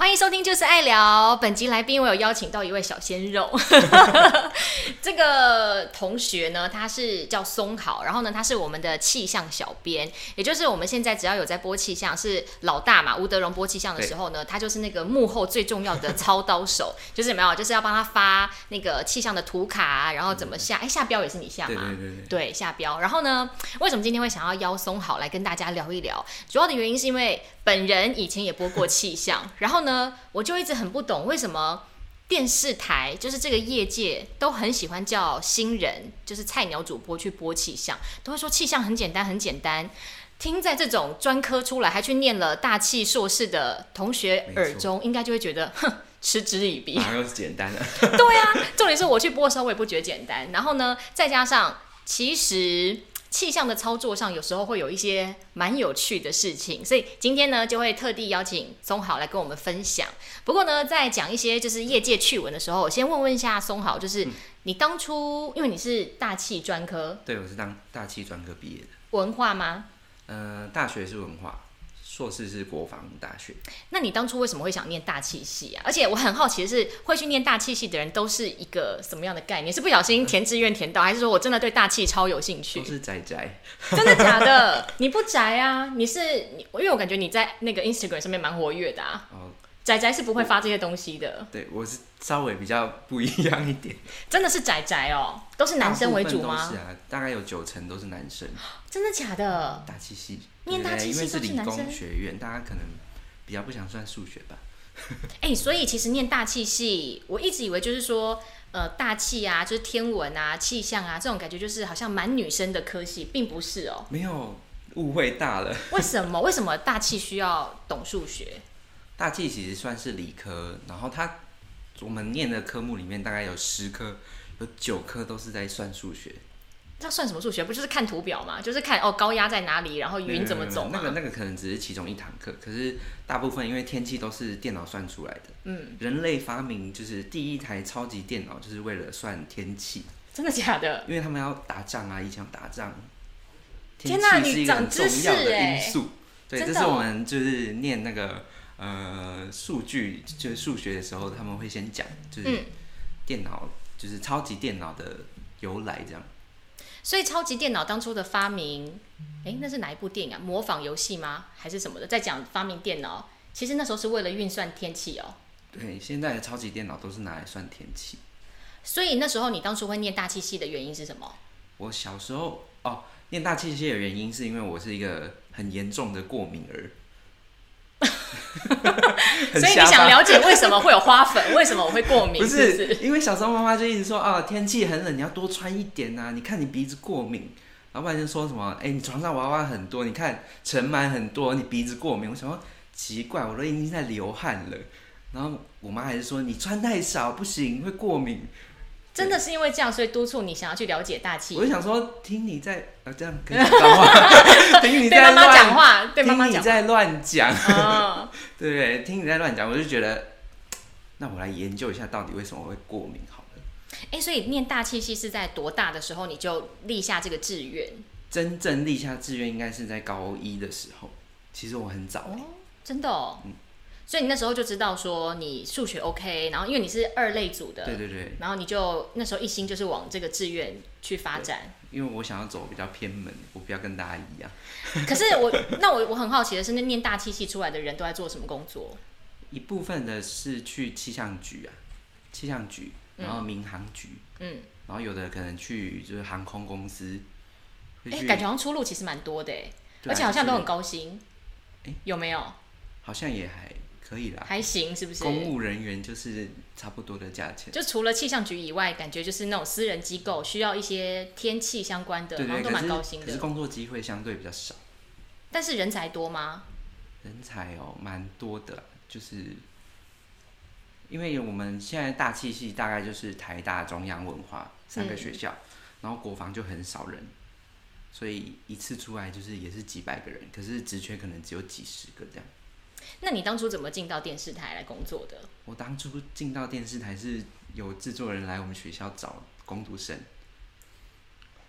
欢迎收听就是爱聊。本集来宾我有邀请到一位小鲜肉，这个同学呢，他是叫松豪，然后呢，他是我们的气象小编，也就是我们现在只要有在播气象，是老大嘛，吴德荣播气象的时候呢，他就是那个幕后最重要的操刀手，就是有没有，就是要帮他发那个气象的图卡啊，然后怎么下，下标也是你下嘛，对，下标。然后呢，为什么今天会想要邀松豪来跟大家聊一聊？主要的原因是因为本人以前也播过气象，然后呢，我就一直很不懂为什么电视台就是这个业界都很喜欢叫新人，就是菜鸟主播去播气象，都会说气象很简单，很简单。听在这种专科出来还去念了大气硕士的同学耳中，应该就会觉得，哼，嗤之以鼻。 哪有简单的？ 对啊，重点是我去播的时候，我也不觉得简单。然后呢，再加上其实气象的操作上，有时候会有一些蛮有趣的事情，所以今天呢，就会特地邀请松豪来跟我们分享。不过呢，在讲一些就是业界趣闻的时候，我先问一下松豪，就是你当初因为你是大气专科， 对，我是当大气专科毕业的。 文化吗？ 大学是文化，硕士是国防大学。 那你当初为什么会想念大气系啊？而且我很好奇的是，会去念大气系的人都是一个什么样的概念？是不小心填志愿填到，还是说我真的对大气超有兴趣？ 都是宅宅。 真的假的？你不宅啊？因为我感觉你在那个 Instagram 上面蛮活跃的啊。宅宅是不会发这些东西的。 对，我是稍微比较不一样一点。 真的是宅宅哦，都是男生为主吗？ 大部分都是啊，大概有90%都是男生。 真的假的？ 大气系， 念大气系都是男生， 因为是理工学院，大家可能比较不想算数学吧。 所以其实念大气系，我一直以为就是说，大气啊，就是天文啊、气象啊这种感觉，就是好像蛮女生的科系，并不是哦。 没有，误会大了。 为什么？为什么大气需要懂数学？ 大气其实算是理科，然后我们念的科目里面大概有10科，有9科都是在算数学。 那算什么数学？不就是看图表吗？就是看高压在哪里，然后云怎么走吗？ 那个可能只是其中一堂课，可是大部分因为天气都是电脑算出来的。人类发明就是第一台超级电脑，就是为了算天气。 真的假的？ 因为他们要打仗啊，以前要打仗， 天哪， 天气是一个很重要的因素。对， 这是我们就是念那个数据，就是数学的时候，他们会先讲，就是电脑，就是超级电脑的由来这样。 所以超级电脑当初的发明，那是哪一部电影啊？模仿游戏吗？还是什么的？在讲发明电脑，其实那时候是为了运算天气哦。 对，现在的超级电脑都是拿来算天气。 所以那时候你当初会念大气系的原因是什么？ 我小时候念大气系的原因是因为我是一个很严重的过敏儿。 所以你想了解为什么会有花粉？为什么我会过敏？ 不是，因为小时候妈妈就一直说天气很冷，你要多穿一点啊！你看你鼻子过敏，然后不然就说什么你床上娃娃很多，你看尘螨很多，你鼻子过敏。我想说奇怪，我都已经在流汗了，然后我妈还是说你穿太少不行，会过敏。 真的是因为这样，所以督促你想要去了解大气。 我就想说，听你在这样可以讲脏话，听你在对妈妈讲话，对妈妈讲话， 听你在乱讲，对不对？听你在乱讲，我就觉得，那我来研究一下到底为什么会过敏好了。 所以念大气系是在多大的时候你就立下这个志愿？ 真正立下志愿应该是在高1的时候，其实我很早。 真的哦。所以你那时候就知道说你数学 OK， 然后因为你是2类组的， 对， 然后你就那时候一心就是往这个志愿去发展。 因为我想要走比较偏门，我不要跟大家一样。 可是我很好奇的是，那念大气系出来的人都在做什么工作？ 一部分的是去气象局，然后民航局，然后有的可能去就是航空公司。 感觉好像出路其实蛮多的而且好像都很高薪。有没有？ 好像也还可以啦， 还行，是不是？ 公务人员就是差不多的价钱， 就除了气象局以外，感觉就是那种私人机构需要一些天气相关的，好像都蛮高薪的。 可是工作机会相对比较少。 但是人才多吗？ 人才蛮多的，就是因为我们现在大气系大概就是台大、中央、文化3个学校，然后国防就很少人，所以一次出来就是也是几百个人，可是职缺可能只有几十个这样。 那你当初怎么进到电视台来工作的？ 我当初进到电视台是有制作人来我们学校找工读生，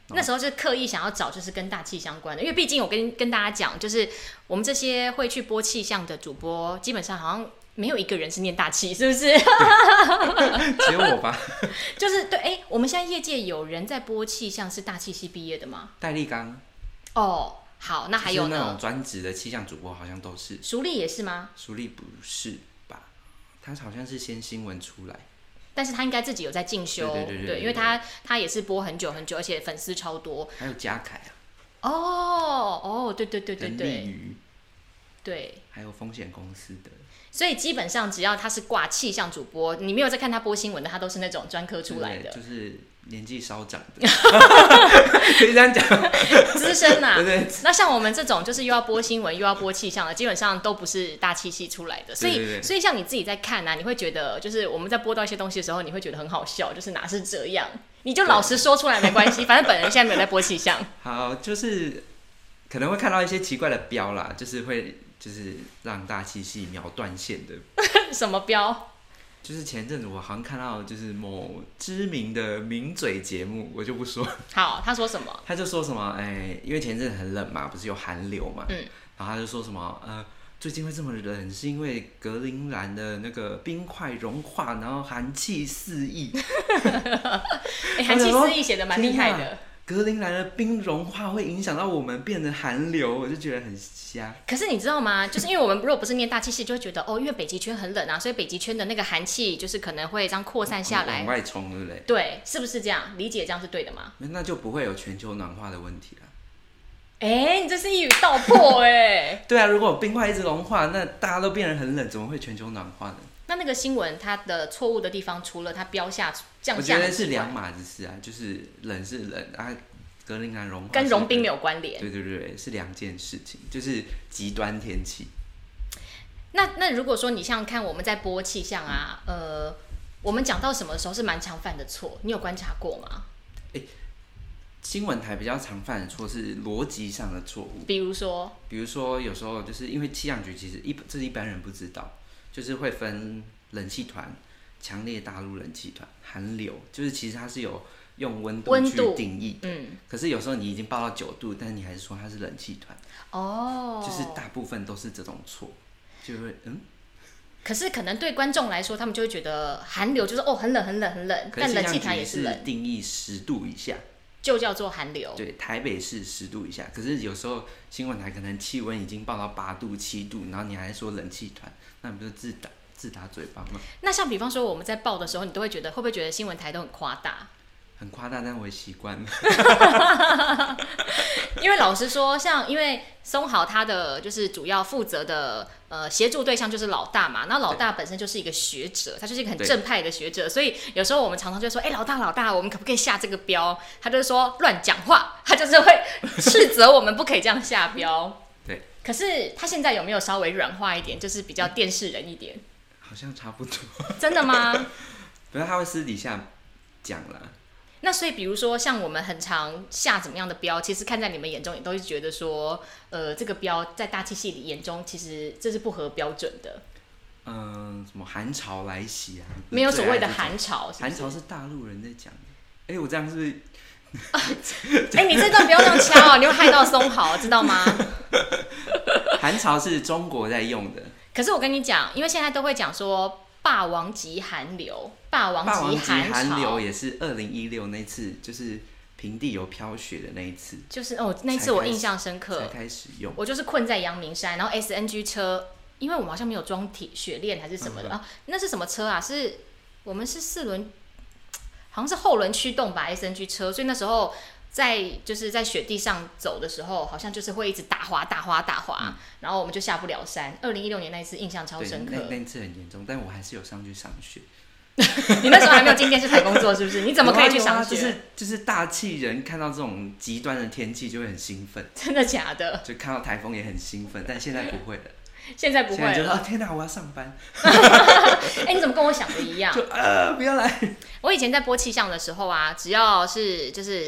那时候就刻意想要找就是跟大气相关的，因为毕竟我跟大家讲，就是我们这些会去播气象的主播，基本上好像没有一个人是念大气，是不是？ 只有我吧。 就是对，我们现在业界有人在播气象是大气系毕业的吗？ 戴立刚。 哦，好，那还有呢？ 那种专职的气象主播好像都是。 淑丽也是吗？ 淑丽不是吧？他好像是先新闻出来。 但是他应该自己有在进修，对，因为他也是播很久很久，而且粉丝超多。 还有嘉凯啊。哦，对， 丽瑜， 对， 还有风险公司的。 所以基本上只要他是挂气象主播，你没有在看他播新闻的，他都是那种专科出来的， 就是年纪稍长的，可以这样讲， 资深啊。 对。 那像我们这种就是又要播新闻又要播气象的，基本上都不是大气系出来的。所以像你自己在看啊，你会觉得就是我们在播到一些东西的时候，你会觉得很好笑，就是哪是这样，你就老实说出来没关系，反正本人现在没有在播气象。 好，就是可能会看到一些奇怪的标啦，就是让大气系秒断线的。 什么标？ 就是前阵子我好像看到，就是某知名的名嘴节目，我就不说。 好，他说什么？ 他就说什么，因为前阵子很冷嘛，不是有寒流嘛，然后他就说什么，最近会这么冷，是因为格陵兰的那个冰块融化，然后寒气四溢。 寒气四溢写的蛮厉害的。 格陵兰的冰融化会影响到我们变成寒流，我就觉得很瞎。 可是你知道吗？就是因为我们如果不是念大气系，就会觉得因为北极圈很冷啊，所以北极圈的那个寒气就是可能会这样扩散下来， 往外冲，对不对？ 对，是不是这样？理解这样是对的吗？ 那就不会有全球暖化的问题了。 你这是一语道破对啊，如果冰块一直融化，那大家都变得很冷，怎么会全球暖化呢？ 那个新闻它的错误的地方，除了它标下降下， 我觉得是两码子事啊，就是冷是冷啊。格陵兰融化跟融冰没有关联， 对，是两件事情，就是极端天气。 那如果说你像看我们在播气象啊，我们讲到什么时候是蛮常犯的错，你有观察过吗？ 新闻台比较常犯的错是逻辑上的错误， 比如说有时候就是因为气象局其实这是一般人不知道，就是会分冷气团、强烈大陆冷气团、寒流，就是其实它是有用温度去定义的，可是有时候你已经报到9度，但是你还是说它是冷气团，就是大部分都是这种错，就会可是可能对观众来说，他们就会觉得寒流就是很冷很冷很冷，但冷气团也是冷， 定义10度以下就叫做寒流。 对，台北市10度以下，可是有时候新闻台可能气温已经报到8度7度，然后你还说冷气团，那你不是自打嘴巴吗？ 那像比方说我们在报的时候，你都会觉得会不会觉得新闻台都很夸大？ 很夸大，但我也习惯了。 因为老实说，因为松豪他的就是主要负责的协助对象就是老大嘛，那老大本身就是一个学者，他就是一个很正派的学者，所以有时候我们常常就说，老大，我们可不可以下这个标？他就说乱讲话，他就是会斥责我们不可以这样下标。 对。 可是他现在有没有稍微软化一点，就是比较电视人一点？ 好像差不多。 真的吗？ 不是，他会私底下讲啦。 那所以，比如说像我们很常下怎么样的标，其实看在你们眼中也都是觉得说，这个标在大气系里眼中，其实这是不合标准的。 什么寒潮来袭啊？ 没有所谓的寒潮， 寒潮是大陆人在讲的。我这样是不是？ 你这段不要这样掐你会害到松豪，知道吗？ 寒潮是中国在用的。 可是我跟你讲，因为现在都会讲说霸王级寒流。霸王级寒流也是2016那次，就是平地有飘雪的那一次， 就是那次我印象深刻， 才开始用。 我就是困在阳明山，然后 SNG 车，因为我们好像没有装雪链还是什么的那是什么车啊？我们是4轮，好像是后轮驱动吧 SNG 车，所以那时候就是在雪地上走的时候，好像就是会一直打滑，然后我们就下不了山。2016年那一次印象超深刻， 那一次很严重，但我还是有上去赏雪。 你那时候还没有进电视台工作是不是？你怎么可以去赏雪？ 就是大气人看到这种极端的天气就会很兴奋。 真的假的？ 就看到台风也很兴奋，但现在不会了。 现在不会了。 现在就天哪，我要上班。 你怎么跟我想的一样？ 就不要来。 我以前在播气象的时候啊，只要是就是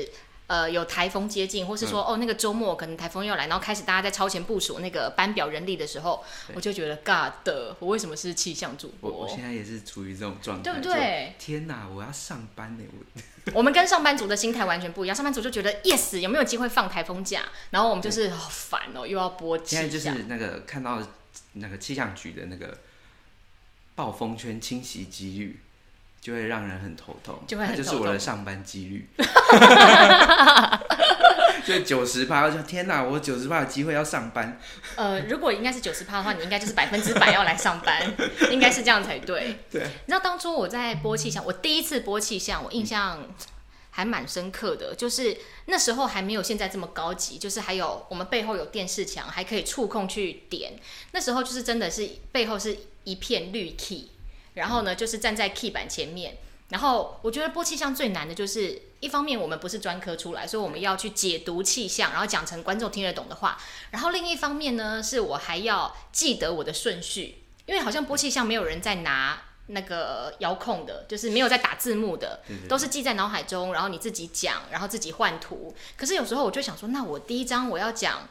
有台风接近，或是说那个周末可能台风要来，然后开始大家在超前部署那个班表人力的时候，我就觉得 God， 我为什么是气象主播？ 我现在也是处于这种状态， 对不对？ 天哪，我要上班呢！ 我们跟上班族的心态完全不一样，上班族就觉得 yes 有没有机会放台风假，然后我们就是好烦哦，又要播气象。 现在就是那个看到那个气象局的那个暴风圈侵袭几率，就会让人很头痛， 就会很头痛， 就是我的上班几率。就90%，就天哪，我90%的机会要上班。 如果应该是90%的话，你应该就是100%要来上班，应该是这样才对。 对， 你知道当初我在播气象，我第一次播气象，我印象还蛮深刻的，就是那时候还没有现在这么高级，就是还有我们背后有电视墙，还可以触控去点。那时候就是真的是背后是一片绿 key， 然后呢就是站在 key 板前面。然后我觉得播气象最难的就是，一方面我们不是专科出来，所以我们要去解读气象，然后讲成观众听得懂的话。然后另一方面呢，是我还要记得我的顺序，因为好像播气象没有人在拿那个遥控的，就是没有在打字幕的，都是记在脑海中，然后你自己讲，然后自己换图。可是有时候我就想说，那我第一章我要讲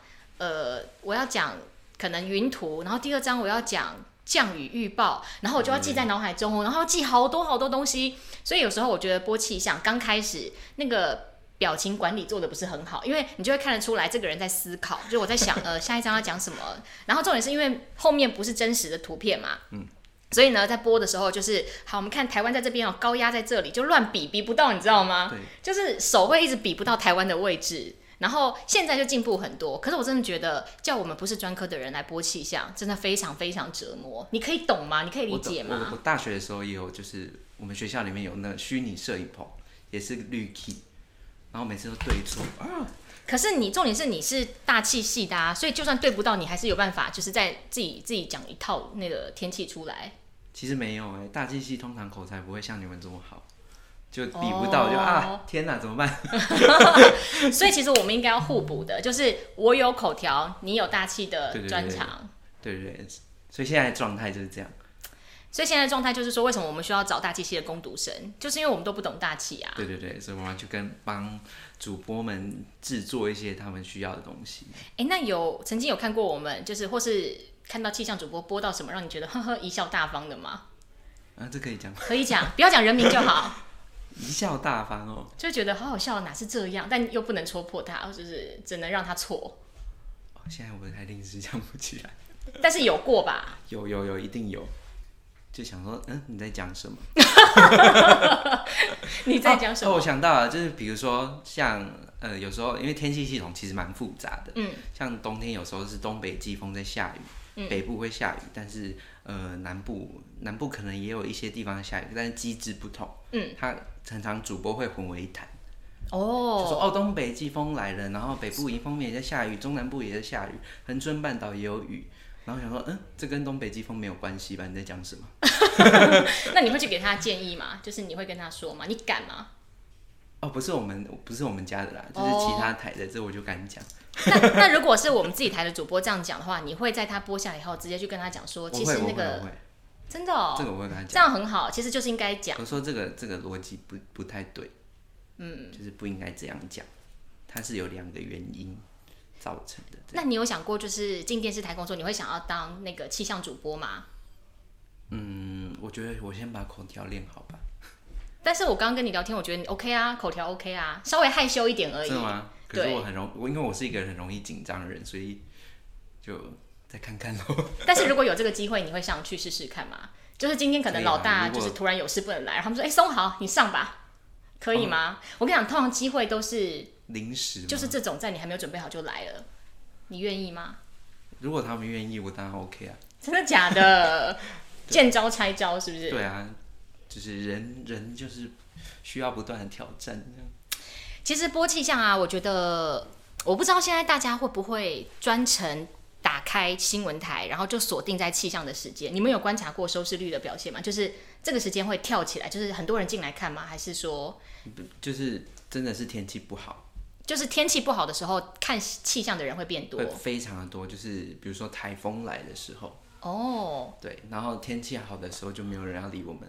可能云图，然后第二章我要讲降雨预报，然后我就要记在脑海中，然后记好多好多东西。所以有时候我觉得播气象刚开始那个表情管理做的不是很好，因为你就会看得出来这个人在思考，就我在想下一章要讲什么。然后重点是因为后面不是真实的图片嘛，所以呢在播的时候就是好，我们看台湾在这边高压在这里，就乱比不到，你知道吗？就是手会一直比不到台湾的位置。然后现在就进步很多，可是我真的觉得叫我们不是专科的人来播气象，真的非常非常折磨。你可以懂吗？你可以理解吗？ 我大学的时候也有，就是我们学校里面有那个虚拟摄影棚，也是绿 key， 然后每次都对错啊。 可是重点是你是大气系的啊，所以就算对不到，你还是有办法，就是在自己讲一套那个天气出来。 其实没有大气系通常口才不会像你们这么好。就比不到，就天哪，怎么办？ 所以其实我们应该要互补的，就是我有口条，你有大气的专长。 对，所以现在的状态就是这样。 所以现在的状态就是说，为什么我们需要找大气系的工读生？就是因为我们都不懂大气啊。 对，所以我们就帮主播们制作一些他们需要的东西。 那曾经有看过我们，就是或是看到气象主播播到什么让你觉得呵呵贻笑大方的吗？ 这可以讲吗？ 可以讲，不要讲人名就好。 贻笑大方哦， 就觉得好好笑，哪是这样？但又不能戳破他，就是只能让他错。 现在我还临时想不起来， 但是有过吧？ 有，一定有。就想说，你在讲什么？ 你在讲什么？ 我想到了，就是比如说像有时候因为天气系统其实蛮复杂的，像冬天有时候是东北季风在下雨，北部会下雨，但是南部可能也有一些地方下雨，但是机制不同，它常常主播会混为一谈。就说东北季风来了，然后北部迎风面也在下雨，中南部也在下雨，恒春半岛也有雨。然后想说，这跟东北季风没有关系吧？你在讲什么？ 那你会去给他建议吗？就是你会跟他说吗？你敢吗？ 不是我们家的啦，就是其他台的，这我就敢讲。 那如果是我们自己台的主播这样讲的话，你会在他播下以后直接去跟他讲说，其实那个真的这个我会跟他讲， 这样很好，其实就是应该讲。 我说这个逻辑不太对，就是不应该这样讲，它是有2个原因造成的。 那你有想过，就是进电视台工作，你会想要当那个气象主播吗？ 我觉得我先把口条练好吧。 但是我刚刚跟你聊天，我觉得你 OK 啊，口条 OK 啊，稍微害羞一点而已。 真的吗？可是因为我是一个很容易紧张的人，所以就再看看咯。 但是如果有这个机会，你会上去试试看吗？就是今天可能老大就是突然有事不能来，然后他们说松豪你上吧，可以吗？我跟你讲，通常机会都是临时， 就是这种在你还没有准备好就来了，你愿意吗？ 如果他们愿意，我当然 OK 啊。 真的假的？见招拆招是不是？ 对啊，就是人就是需要不断的挑战这样。 其实播气象啊，我觉得我不知道现在大家会不会专程打开新闻台，然后就锁定在气象的时间。你们有观察过收视率的表现吗？就是这个时间会跳起来，就是很多人进来看吗？还是说， 就是真的是天气不好？ 就是天气不好的时候，看气象的人会变多， 会非常的多。就是比如说台风来的时候，对，然后天气好的时候就没有人要理我们了。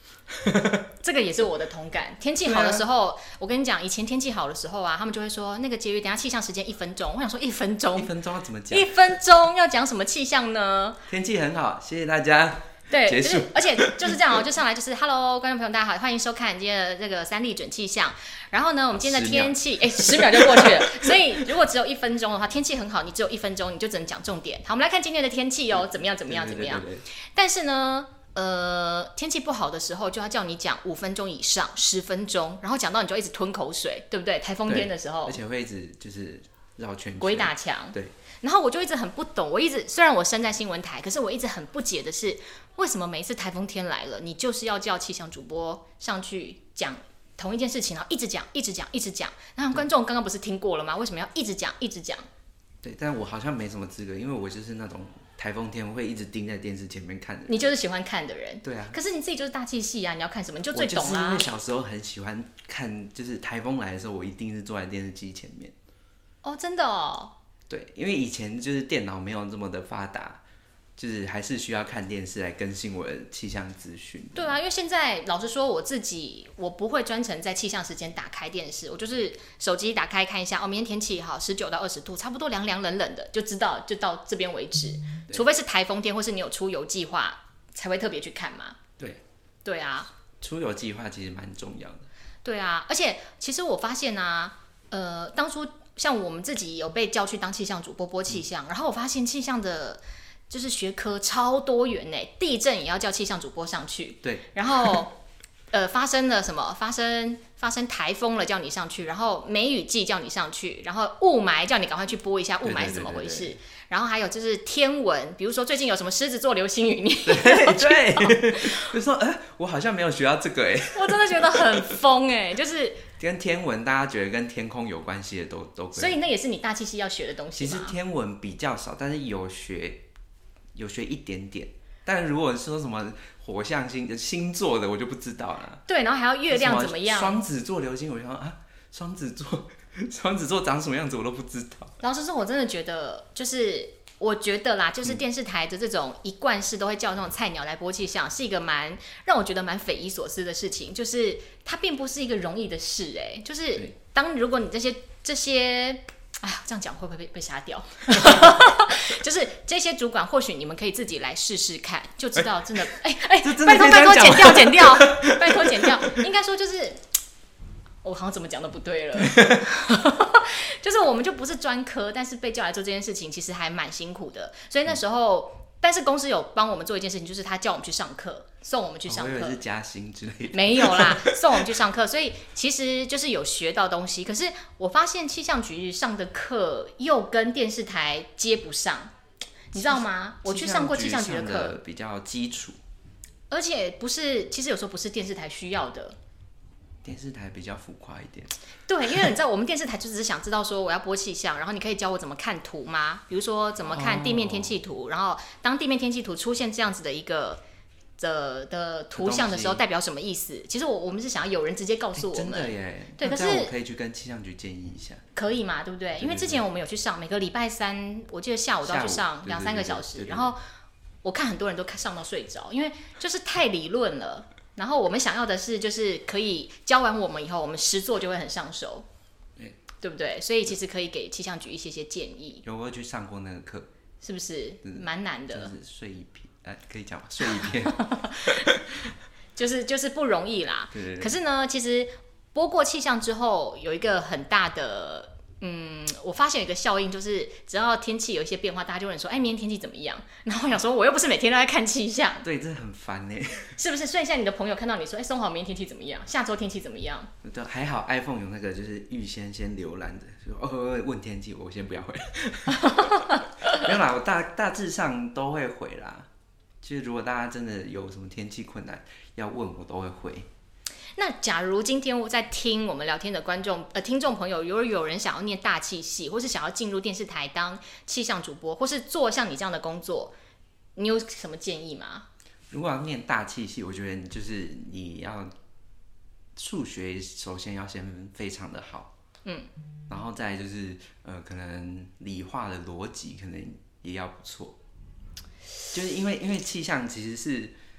这个也是我的同感。天气好的时候，我跟你讲，以前天气好的时候啊，他们就会说那个节约，等一下气象时间1分钟。我想说1分钟 ，1分钟要怎么讲 ？1分钟要讲什么气象呢？ 天气很好，谢谢大家。 对， 结束。 而且就是这样就上来就是 Hello， 观众朋友大家好，欢迎收看今天的这个3立准气象。然后呢，我们今天的天气，10秒就过去了。所以如果只有1分钟的话，天气很好，你只有1分钟，你就只能讲重点。好，我们来看今天的天气哦，怎么样？ 对。 但是呢，天气不好的时候，就要叫你讲5分钟以上，10分钟，然后讲到你就一直吞口水，对不对？台风天的时候， 而且会一直就是绕圈， 鬼打墙。 对。 然后我就一直很不懂，虽然我身在新闻台，可是我一直很不解的是，为什么每一次台风天来了，你就是要叫气象主播上去讲同一件事情，然后一直讲。那观众刚刚不是听过了吗？为什么要一直讲？ 对，但我好像没什么资格，因为我就是那种台风天会一直盯在电视前面看的人。 你就是喜欢看的人。 对啊。 可是你自己就是大气系啊，你要看什么你就最懂啦。 我就是因为小时候很喜欢看，就是台风来的时候，我一定是坐在电视机前面。 哦，真的哦。 对，因为以前就是电脑没有这么的发达，就是还是需要看电视来更新我的气象资讯。 对啊，因为现在老实说，我不会专程在气象时间打开电视，我就是手机打开看一下，明天天气好，19到20度，差不多凉凉冷冷的，就知道就到这边为止。除非是台风天，或是你有出游计划，才会特别去看嘛。对啊， 出游计划其实蛮重要的。 对啊，而且其实我发现啊，当初像我们自己有被叫去当气象主播播气象，然后我发现气象的就是学科超多元呢，地震也要叫气象主播上去， 对， 然后发生了什么？发生台风了叫你上去，然后梅雨季叫你上去，然后雾霾叫你赶快去播一下雾霾是怎么回事，然后还有就是天文，比如说最近有什么狮子座流星雨，你对，就说我好像没有学到这个我真的觉得很疯就是跟天文大家觉得跟天空有关系的都可以， 所以那也是你大气系要学的东西吗？ 其实天文比较少，但是有学一点点。但如果说什么火象星座的，我就不知道了。 对，然后还要月亮怎么样？ 双子座流星，我想双子座长什么样子我都不知道。 老实说，我真的觉得我觉得啦，就是电视台的这种一贯式都会叫那种菜鸟来播气象，是一个让我觉得蛮匪夷所思的事情。就是它并不是一个容易的事就是如果你这些，哎呀，这样讲会不会被杀掉？就是这些主管，或许你们可以自己来试试看，就知道真的。拜托剪掉，拜托剪掉。应该说就是我好像怎么讲都不对了。就是我们就不是专科，但是被叫来做这件事情，其实还蛮辛苦的。所以那时候，但是公司有帮我们做一件事情，就是他叫我们去上课，送我们去上课。 我以为是加薪之类的。 没有啦，送我们去上课，所以其实就是有学到东西。可是我发现气象局上的课又跟电视台接不上，你知道吗？我去上过气象局的课， 比较基础， 而且其实有时候不是电视台需要的。 电视台比较浮夸一点。 对，因为你知道，我们电视台就只是想知道说我要播气象，然后你可以教我怎么看图吗？比如说怎么看地面天气图，然后当地面天气图出现这样子的一个的图像的时候，代表什么意思？其实我们是想要有人直接告诉我们。 真的耶。 对，可是我可以去跟气象局建议一下。 可以嘛？对不对？因为之前我们有去上，每个礼拜三，我记得下午都要去上2-3个小时，然后我看很多人都上到睡着，因为就是太理论了。然后我们想要的是，就是可以教完我们以后，我们实作就会很上手，对不对？所以其实可以给气象局一些建议。 有我去上过那个课， 是不是蛮难的？ 就是睡一片，可以讲吗？睡一片， 就是不容易啦。 对。 可是呢，其实播过气象之后，有一个很大的。我发现有一个效应，就是只要天气有一些变化，大家就会说：“明天天气怎么样？”然后我想说，我又不是每天都在看气象， 对，这很烦是不是？所以现在你的朋友看到你说：“松豪，明天天气怎么样？下周天气怎么样？” 对，还好 iPhone 有那个就是预先浏览的，说问天气，我先不要回。没有啦，我大致上都会回啦。就是如果大家真的有什么天气困难要问，我都会回。 那假如今天我在听我们聊天的听众朋友，有人想要念大气系，或是想要进入电视台当气象主播，或是做像你这样的工作，你有什么建议吗？ 如果要念大气系，我觉得你要数学首先要先非常的好，然后再来就是可能理化的逻辑可能也要不错，就是因为气象其实是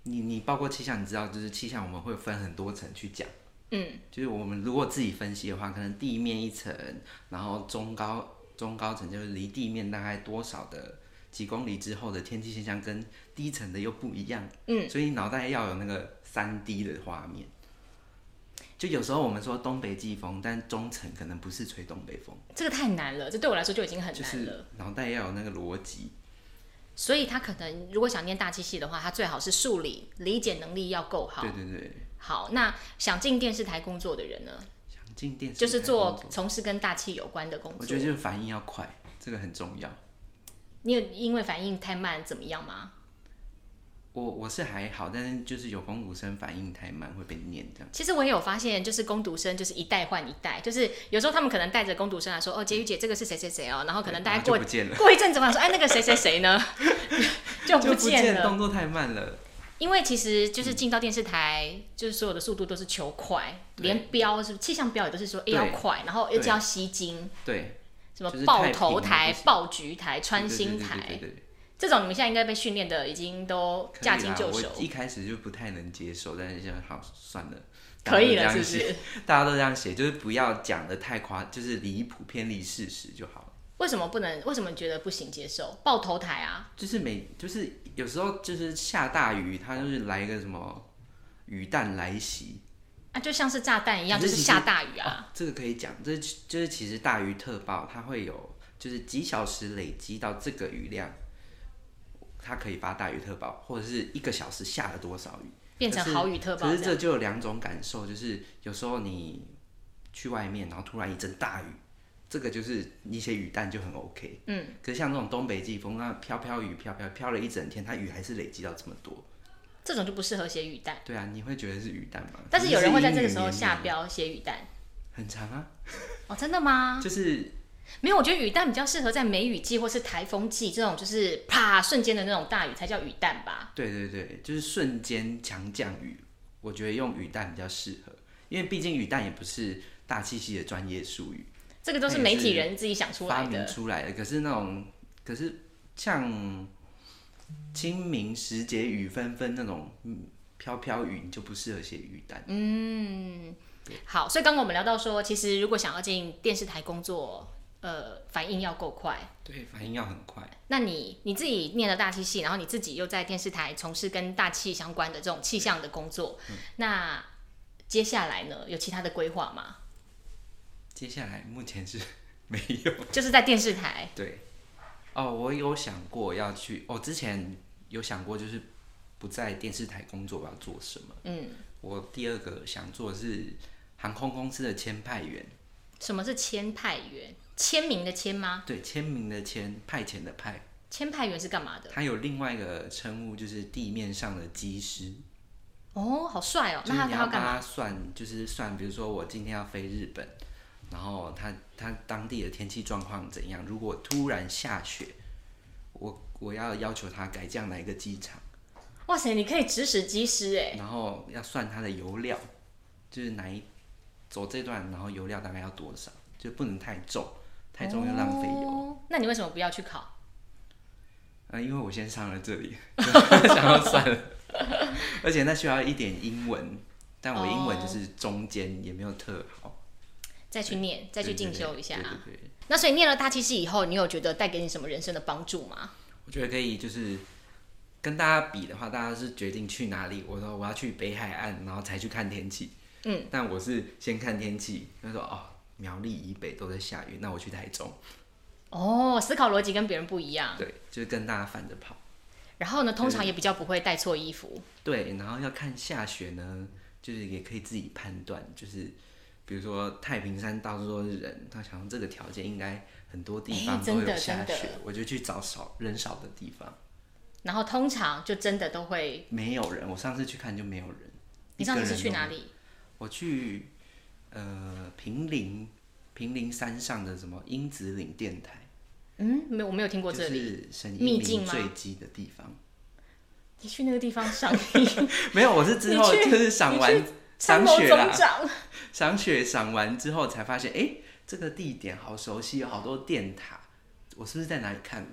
你包括气象，你知道，就是气象我们会分很多层去讲。就是我们如果自己分析的话，可能地面一层，然后中高层就是离地面大概多少的几公里之后的天气现象跟低层的又不一样。所以你脑袋要有那个3D 的画面。就有时候我们说东北季风，但中层可能不是吹东北风。 这个太难了，这对我来说就已经很难了。 就是脑袋要有那个逻辑。 所以他可能如果想念大气系的话，他最好是数理理解能力要够好。 对对对。 好，那想进电视台工作的人呢？ 想进电视台就是从事跟大气有关的工作。 我觉得就是反应要快，这个很重要。 你有因为反应太慢怎么样吗？ 我是还好，但是就是有工读生反应太慢会被念这样。 其实我也有发现，就是工读生就是一代换一代，就是有时候他们可能带着工读生来说，哦，婕妤姐这个是谁谁谁哦，然后可能大家过一阵子我想说，哎，那个谁谁谁呢，就不见了， 动作太慢了。 因为其实就是进到电视台，就是所有的速度都是求快，连标是气象标也都是说，哎要快，然后而且要吸睛， 对， 什么爆头台、爆菊台、穿心台。这种你们现在应该被训练的已经都驾轻就熟。 我一开始就不太能接受，但是现在好算了， 可以了，是不是？ 大家都这样写，就是不要讲的太就是离谱偏离事实就好了。 为什么不能？为什么你觉得不行接受？爆头台啊， 就是有时候就是下大雨，它就是来一个什么雨弹来袭啊，就像是炸弹一样，就是下大雨啊。 这个可以讲，这就是其实大雨特报它会有就是几小时累积到这个雨量。它可以发大雨特报，或者是1个小时下了多少雨， 变成豪雨特报。 可是这就有2种感受，就是有时候你去外面，然后突然一阵大雨，这个就是一些雨弹就很 OK。可是像这种东北季风，那飘雨飘了一整天，它雨还是累积到这么多， 这种就不适合写雨弹。 对啊，你会觉得是雨弹吗？ 但是有人会在这个时候下标写雨弹， 很长啊。 哦，真的吗？ 就是。 没有，我觉得雨弹比较适合在梅雨季或是台风季这种，就是啪瞬间的那种大雨才叫雨弹吧。 对对对，就是瞬间强降雨，我觉得用雨弹比较适合，因为毕竟雨弹也不是大气系的专业术语， 这个都是媒体人自己想出来的、 发明出来的。可是像清明时节雨纷纷那种飘雨，你就不适合写雨弹。 好，所以刚刚我们聊到说，其实如果想要进电视台工作。反应要够快， 对，反应要很快。 那你自己念了大气系，然后你自己又在电视台从事跟大气相关的这种气象的工作，那接下来呢，有其他的规划吗？ 接下来目前是没有， 就是在电视台。 对，我有想过要去，之前有想过就是不在电视台工作，我要做什么？我第2个想做的是航空公司的签派员。 什么是签派员？签名的签吗？ 对，签名的签，派遣的派。 签派员是干嘛的？ 他有另外一个称呼，就是地面上的机师。 哦，好帅哦！那他要干嘛？ 帮他算，就是算，比如说我今天要飞日本，然后他当地的天气状况怎样？如果突然下雪，我要求他改降哪一个机场。 哇塞，你可以指使机师哎！ 然后要算他的油料，就是走这段，然后油料大概要多少，就不能太重。太重又浪费油。 那你为什么不要去考？ 因为我先上了这里，想要算了。而且那需要一点英文，但我英文就是中间，也没有特好。 再去念，再去进修一下。 对。 那所以念了大气系以后，你有觉得带给你什么人生的帮助吗？ 我觉得可以，就是跟大家比的话，大家是决定去哪里。我说我要去北海岸，然后才去看天气。但我是先看天气，他说苗栗以北都在下雨，那我去台中。 思考逻辑跟别人不一样。 对，就是跟大家反着跑。 然后呢，通常也比较不会带错衣服。 对，然后要看下雪呢，就是也可以自己判断，就是比如说太平山到处都是人，他想这个条件应该很多地方都有下雪，我就去找人少的地方。 然后通常就真的都会没有人。我上次去看就没有人。 你上次是去哪里？ 我去平林山上的什么鹰子岭电台。 我没有听过这里。 就是沈一鸣坠机的地方。 你去那个地方赏樱？ 没有，我是之后就是赏雪啦，赏雪赏完之后才发现，这个地点好熟悉，有好多电塔，我是不是在哪里看过？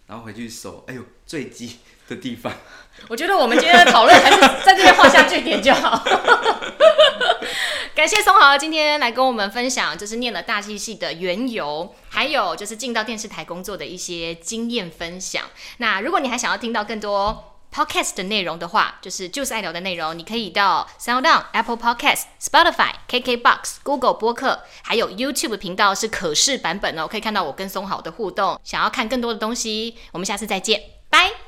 然后回去搜，哎呦，坠机的地方。 我觉得我们今天的讨论还是在这边画下句点就好。感谢松豪今天来跟我们分享，就是念了大气系的缘由，还有就是进到电视台工作的一些经验分享。那如果你还想要听到更多Podcast 的内容的话，就是爱聊的内容，你可以到 SoundOn、Apple Podcast、Spotify、KKBox、Google 播客，还有 YouTube 频道是可视版本哦，可以看到我跟松豪的互动。想要看更多的东西，我们下次再见，拜。